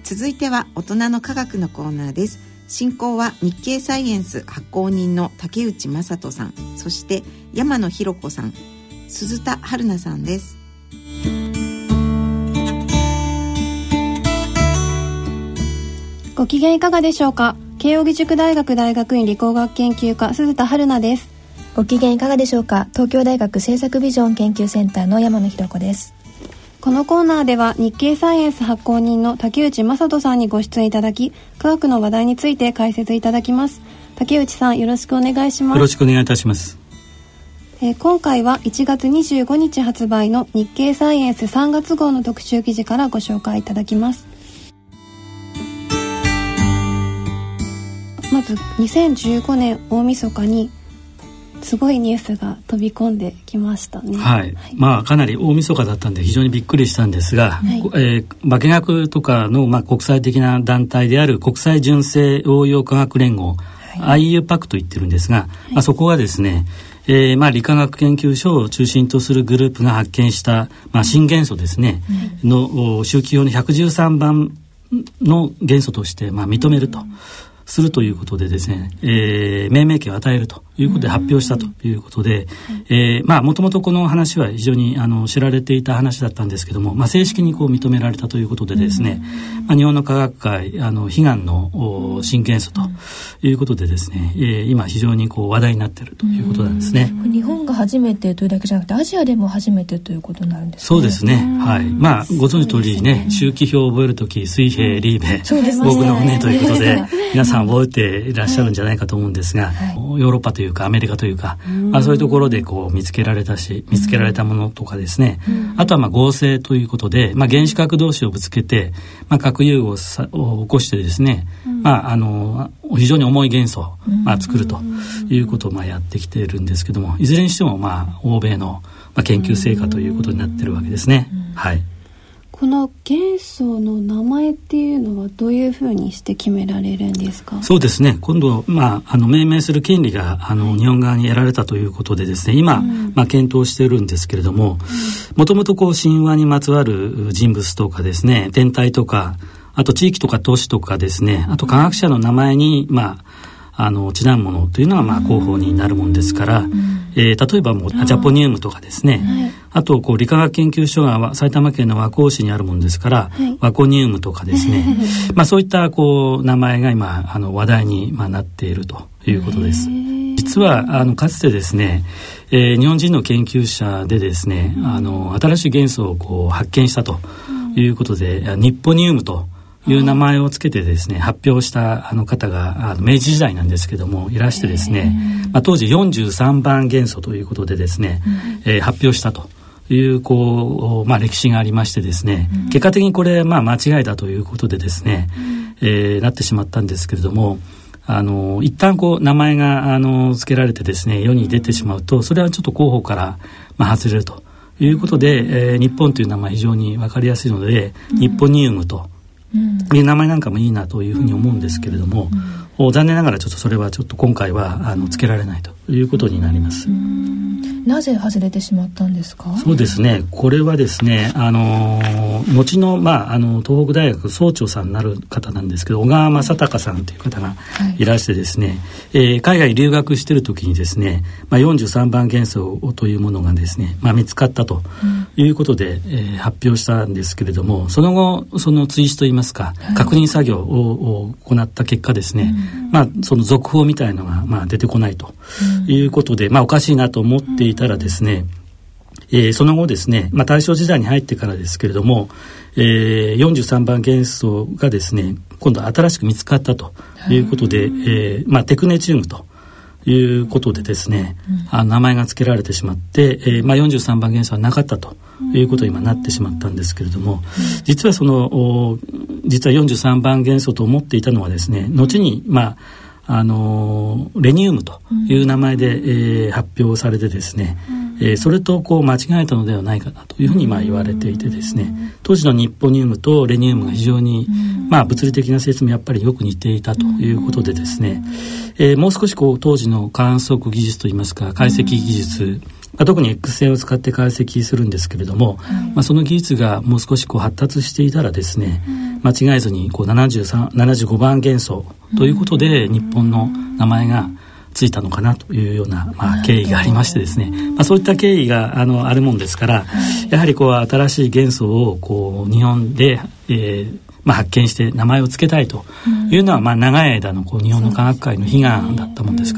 続いては大人の科学のコーナーです。進行は日経サイエンス発行人の竹内正人さん、そして山野博子さん、鈴田春奈さんです。 ご機嫌いかがでしょうか。慶應義塾大学大学院理工学研究科鈴田春奈です。 ご機嫌いかがでしょうか。東京大学政策ビジョン研究センターの山野博子です。 このコーナーでは日経サイエンス発行人の竹内正人さんにご出演いただき、科学の話題について解説いただきます。竹内さん、よろしくお願いします。 よろしくお願いいたします。 今回は1月25日発売の日経サイエンス3月号の特集記事からご紹介いただきます。まず2015年大晦日にすごいニュースが飛び込んできましたね。 はい、かなり大晦日だったんで非常にびっくりしたんですが、化学とかの、国際的な団体である国際純正応用化学連合、IUPAC と言ってるんですが、そこがですね、理化学研究所を中心とするグループが発見した、新元素ですね、の周期表の113番の元素として、認めるとするということでですね、命名権を与えるということで発表したということで、もともとこの話は非常に知られていた話だったんですけども、正式に認められたということでですね、日本の科学界悲願の新元素ということでですね、今非常に話題になっているということなんですね。 日本が初めてというだけじゃなくてアジアでも初めてということになるんですね。 そうですね、はい。ご存知の通りね、周期表を覚えるとき水平リーベ、僕の船ということで皆さん覚えていらっしゃるんじゃないかと思うんですが、ヨーロッパというかアメリカというか、そういうところで見つけられたものとかですね、あとは合成ということで、原子核同士をぶつけて、核融合を起こしてですね、非常に重い元素を、作るということをやってきているんですけども、いずれにしても欧米の、研究成果ということになっているわけですね。はい。 この元素の名前っていうのはどういうふうにして決められるんですか。 そうですね、今度、命名する権利が日本側に得られたということでですね、今、検討しているんですけれども、もともと神話にまつわる人物とかですね、天体とか、あと地域とか都市とかですね、あと科学者の名前にちなんものというのが候補になるもんですから、例えばジャポニウムとかですね、あと理化学研究所が埼玉県の和光市にあるもんですから、ワコニウムとかですね、そういった名前が今話題になっているということです。実はかつてですね、日本人の研究者でですね、新しい元素を発見したということで、ニッポニウムという名前をつけてですね、発表した方が明治時代なんですけどもいらしてですね、当時43番元素ということでですね、発表したという歴史がありましてですね、結果的にこれ間違いだということでですね、なってしまったんですけれども、一旦名前が付けられてですね世に出てしまうと、それはちょっと候補から外れるということで、日本という名前非常に分かりやすいので、ニッポニウムという名前なんかもいいなというふうに思うんですけれども、残念ながらちょっとそれはちょっと今回は付けられないということになります。 なぜ外れてしまったんですか。 そうですね、これはですね、後の、東北大学総長さんになる方なんですけど、小川正隆さんという方がいらしてですね、海外留学している時にですね、43番元素というものがですね、見つかったということで、発表したんですけれども、その後その追試といいますか、確認作業を行った結果ですね、その続報みたいのが出てこないということで、おかしいなと思っていたらですね、その後ですね、大正時代に入ってからですけれども、43番元素がですね今度新しく見つかったということで、テクネチウムということでですね、名前が付けられてしまって、43番元素はなかったということに今なってしまったんですけれども、実は実は43番元素と思っていたのはですね、後にレニウムという名前で、発表されてですね、それと間違えたのではないかなというふうに言われていてですね、当時のニッポニウムとレニウムが非常に物理的な説もやっぱりよく似ていたということでですね、もう少し当時の観測技術といいますか解析技術特に X 線を使って解析するんですけれども、その技術がもう少し発達していたらですね、間違えずに75番元素ということで日本の名前がついたのかなというような、経緯がありましてですね、そういった経緯があるもんですから、やはり新しい元素を日本で、発見して名前を付けたいというのは、長い間の日本の科学界の悲願だったもんですから、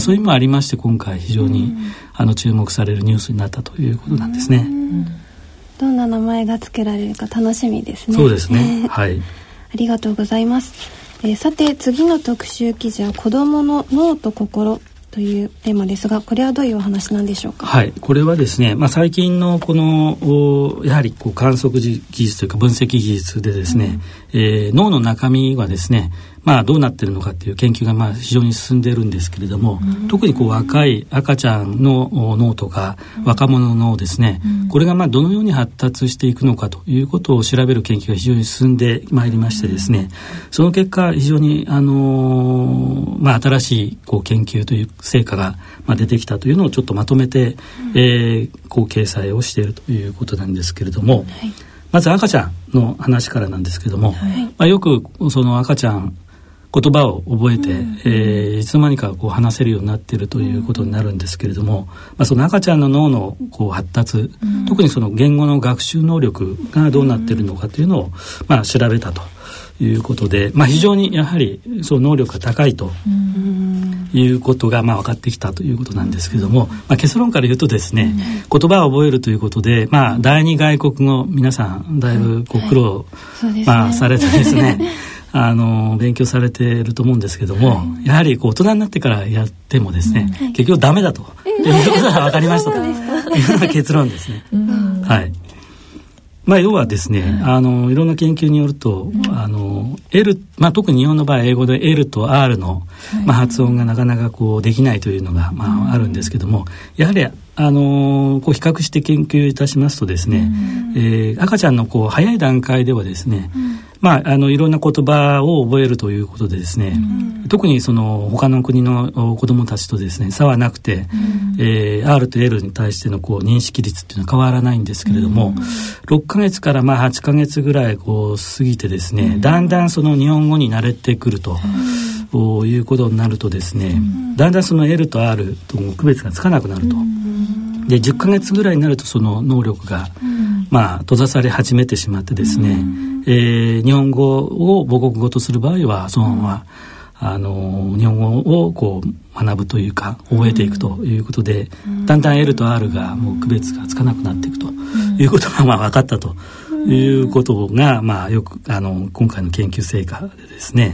そういうのもありまして今回非常に注目されるニュースになったということなんですね。 どんな名前が付けられるか楽しみですね。 そうですね、はい、 ありがとうございます。さて次の特集記事は子どもの脳と心というテーマですが、これはどういうお話なんでしょうか。 はい、これはですね、最近のやはり観測技術というか分析技術でですね、脳の中身はですね、どうなっているのかという研究が非常に進んでいるんですけれども、特に若い赤ちゃんの脳とか若者の脳ですね、これがどのように発達していくのかということを調べる研究が非常に進んでまいりましてですね、その結果非常に新しい研究という成果が出てきたというのをちょっとまとめて、掲載をしているということなんですけれども、まず赤ちゃんの話からなんですけども、よくその赤ちゃん言葉を覚えて、いつの間にか話せるようになっているということになるんですけれども、その赤ちゃんの脳の発達、特にその言語の学習能力がどうなっているのかというのを、調べたということで、非常にやはりその能力が高いということが分かってきたということなんですけれども、結論から言うとですね、言葉を覚えるということで、第二外国語皆さんだいぶ苦労、されてですね勉強されていると思うんですけども、やはり大人になってからやってもですね、結局ダメだということが分かりましたというような結論ですね。はい。要はですね、いろんな研究によると、L、特に日本の場合英語で L と R の、発音がなかなかできないというのが、あるんですけども、やはり比較して研究いたしますとですね、赤ちゃんの早い段階ではですね、いろんな言葉を覚えるということでですね、特にその他の国の子どもたちとですね差はなくて、R と L に対しての認識率っていうのは変わらないんですけれども、6ヶ月から8ヶ月ぐらい過ぎてですね、だんだんその日本語に慣れてくると、いうことになるとですね、だんだんその L と R とも区別がつかなくなると。で10ヶ月ぐらいになるとその能力が、閉ざされ始めてしまってですね、日本語を母国語とする場合はそのまま日本語を学ぶというか覚えていくということで、だんだん L と R がもう区別がつかなくなっていくということが分かったということが、よく今回の研究成果でですね、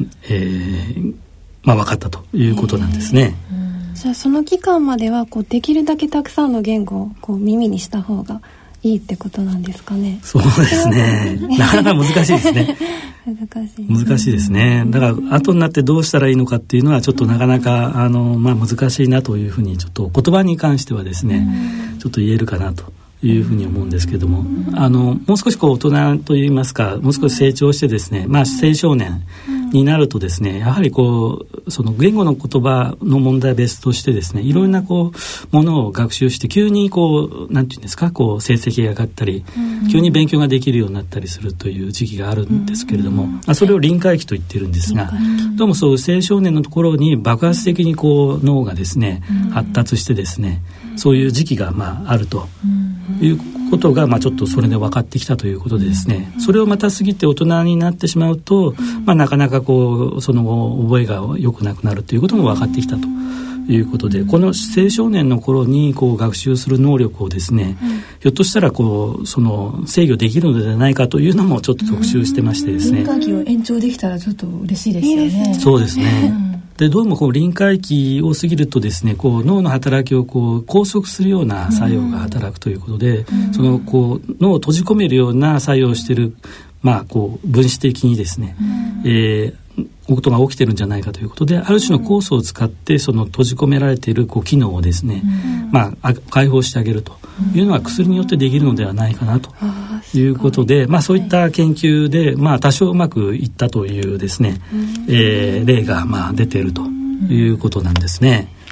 分かったということなんですね。 じゃあその期間まではできるだけたくさんの言語を耳にした方がいいってことなんですかね。 そうですね。なかなか難しいですね。難しいですね。だから後になってどうしたらいいのかっていうのはちょっとなかなか難しいなというふうにちょっと言葉に関してはですね、ちょっと言えるかなというふうに思うんですけども、もう少し大人といいますか、もう少し成長してですね、青少年になるとですね、やはりその言語の言葉の問題は別としてですね、いろんなものを学習して急になんていうんですか、成績が上がったり、急に勉強ができるようになったりするという時期があるんですけれども、それを臨界期と言ってるんですが、どうもそう青少年のところに爆発的に脳がですね発達してですね、そういう時期があるということがちょっとそれで分かってきたということでですね、それをまた過ぎて大人になってしまうと、なかなかその後覚えが良くなくなるということも分かってきたということで、この青少年の頃に学習する能力をですね、ひょっとしたらその制御できるのではないかというのもちょっと特集してましてですね、 臨界期を延長できたらちょっと嬉しいですよね。 そうですね。でどうも臨界期を過ぎるとですね、脳の働きを拘束するような作用が働くということで、その脳を閉じ込めるような作用をしている、分子的にですね、ことが起きてるんじゃないかということで、ある種の酵素を使ってその閉じ込められている機能をですね、解放してあげるというのが薬によってできるのではないかなということで、そういった研究で、多少うまくいったというですね、例が出ているということなんですね。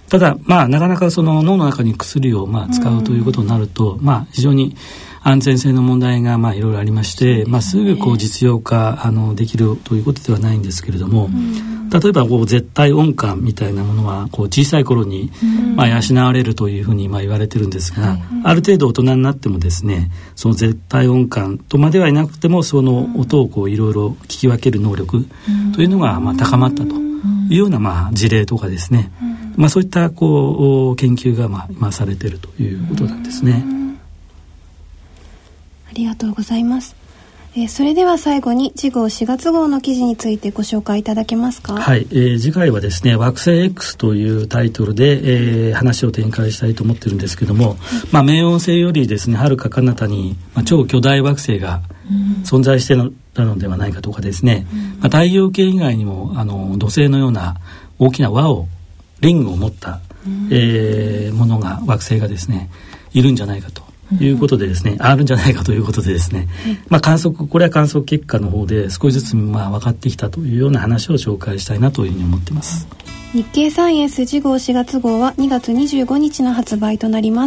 ただ、なかなかその脳の中に薬を使うということになると、非常に安全性の問題がいろいろありまして、すぐ実用化できるということではないんですけれども、例えば絶対音感みたいなものは小さい頃に養われるというふうに言われてるんですが、ある程度大人になってもですね、その絶対音感とまではいなくてもその音をいろいろ聞き分ける能力というのが高まったというような事例とかですね、そういった研究が今されているということなんですね。 ありがとうございます。それでは最後に次号4月号の記事についてご紹介いただけますか。 はい、次回はですね、惑星 X というタイトルで、話を展開したいと思ってるんですけども、冥王星よりですね、はるか彼方に、超巨大惑星が存在してたのではないかとかですね、太陽系以外にも土星のような大きなリングを持った、ものが惑星がですねいるんじゃないかということでですね、あるんじゃないかということでですね、これは観測結果の方で少しずつ分かってきたというような話を紹介したいなというふうに思っています。 日経サイエンス次号4月号は2月25日の発売となります。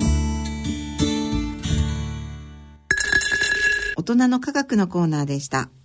大人の科学のコーナーでした。